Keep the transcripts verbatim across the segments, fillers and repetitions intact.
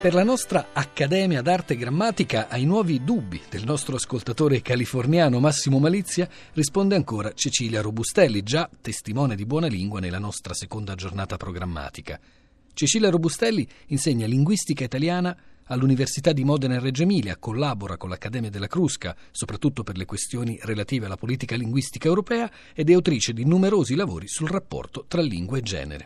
Per la nostra Accademia d'Arte Grammatica ai nuovi dubbi del nostro ascoltatore californiano Massimo Malizia risponde ancora Cecilia Robustelli, già testimone di buona lingua nella nostra seconda giornata programmatica. Cecilia Robustelli insegna linguistica italiana all'Università di Modena e Reggio Emilia, collabora con l'Accademia della Crusca, soprattutto per le questioni relative alla politica linguistica europea, ed è autrice di numerosi lavori sul rapporto tra lingua e genere.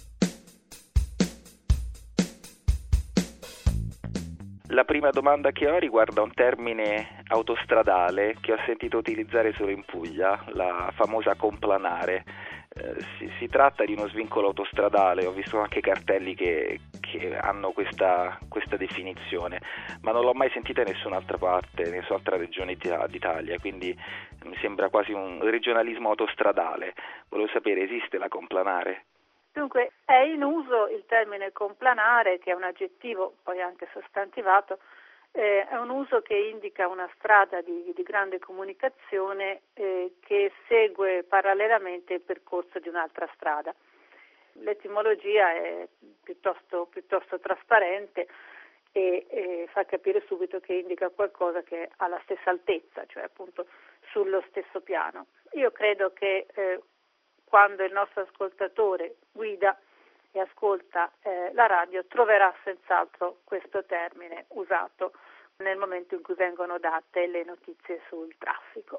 La prima domanda che ho riguarda un termine autostradale che ho sentito utilizzare solo in Puglia, la famosa complanare. Eh, si, si tratta di uno svincolo autostradale, ho visto anche cartelli che, che hanno questa, questa definizione, ma non l'ho mai sentita in nessun'altra parte, in nessun'altra regione d'Italia, quindi mi sembra quasi un regionalismo autostradale. Volevo sapere, esiste la complanare? Dunque, è in uso il termine complanare, che è un aggettivo poi anche sostantivato, eh, è un uso che indica una strada di, di grande comunicazione eh, che segue parallelamente il percorso di un'altra strada. L'etimologia è piuttosto, piuttosto trasparente e, e fa capire subito che indica qualcosa che ha la stessa altezza, cioè appunto sullo stesso piano. Io credo che eh, quando il nostro ascoltatore guida e ascolta eh, la radio troverà senz'altro questo termine usato nel momento in cui vengono date le notizie sul traffico.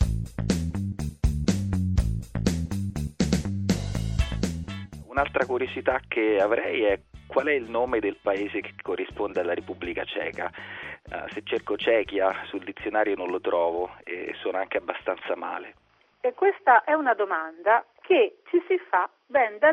Un'altra curiosità che avrei è qual è il nome del paese che corrisponde alla Repubblica Ceca. Uh, se cerco Cechia sul dizionario non lo trovo e suona anche abbastanza male. E questa è una domanda che ci si fa ben dal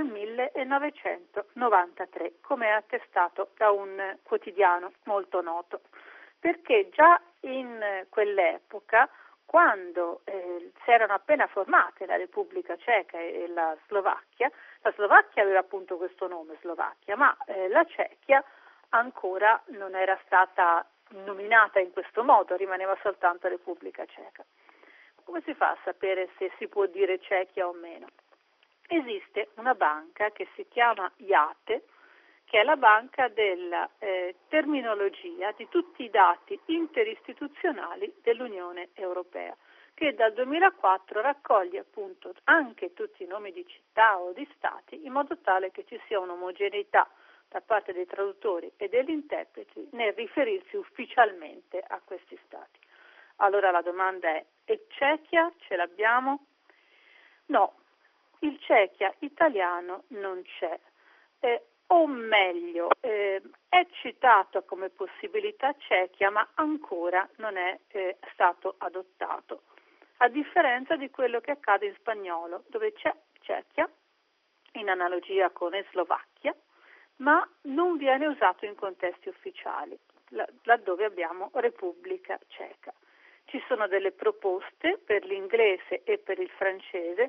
millenovecentonovantatré, come è attestato da un quotidiano molto noto, perché già in quell'epoca, quando eh, si erano appena formate la Repubblica Ceca e la Slovacchia, la Slovacchia aveva appunto questo nome, Slovacchia, ma eh, la Cechia ancora non era stata nominata in questo modo, rimaneva soltanto Repubblica Ceca. Come si fa a sapere se si può dire Cechia o meno? Esiste una banca che si chiama I A T E, che è la banca della eh, terminologia di tutti i dati interistituzionali dell'Unione Europea, che dal duemilaquattro raccoglie appunto anche tutti i nomi di città o di stati, in modo tale che ci sia un'omogeneità da parte dei traduttori e degli interpreti nel riferirsi ufficialmente a questi stati. Allora la domanda è, e Cechia ce l'abbiamo? No, il Cechia italiano non c'è, eh, o meglio, eh, è citato come possibilità Cechia, ma ancora non è eh, stato adottato, a differenza di quello che accade in spagnolo, dove c'è Cechia, in analogia con Slovacchia, ma non viene usato in contesti ufficiali, laddove abbiamo Repubblica Ceca. Ci sono delle proposte per l'inglese e per il francese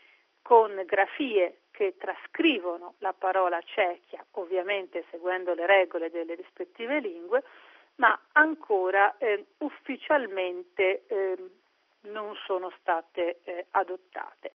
con grafie che trascrivono la parola Cechia, ovviamente seguendo le regole delle rispettive lingue, ma ancora eh, ufficialmente eh, non sono state eh, adottate.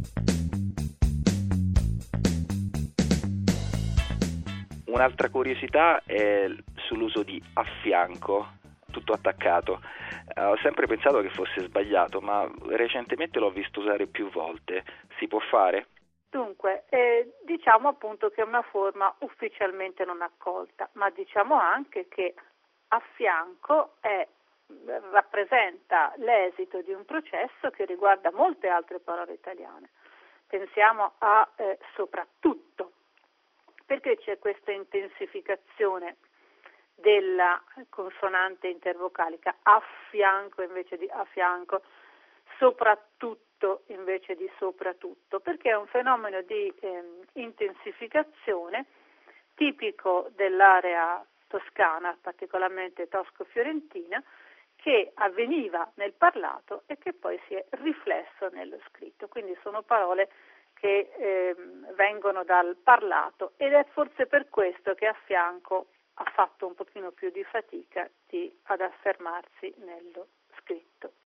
Un'altra curiosità è sull'uso di affianco, tutto attaccato. Uh, ho sempre pensato che fosse sbagliato, ma recentemente l'ho visto usare più volte. Si può fare? Dunque, eh, diciamo appunto che è una forma ufficialmente non accolta, ma diciamo anche che a fianco è, rappresenta l'esito di un processo che riguarda molte altre parole italiane. Pensiamo a eh, soprattutto, perché c'è questa intensificazione della consonante intervocalica, a fianco invece di a fianco, soprattutto invece di soprattutto, perché è un fenomeno di eh, intensificazione tipico dell'area toscana, particolarmente tosco-fiorentina, che avveniva nel parlato e che poi si è riflesso nello scritto. Quindi sono parole che eh, vengono dal parlato ed è forse per questo che a fianco ha fatto un pochino più di fatica di, ad affermarsi nello scritto.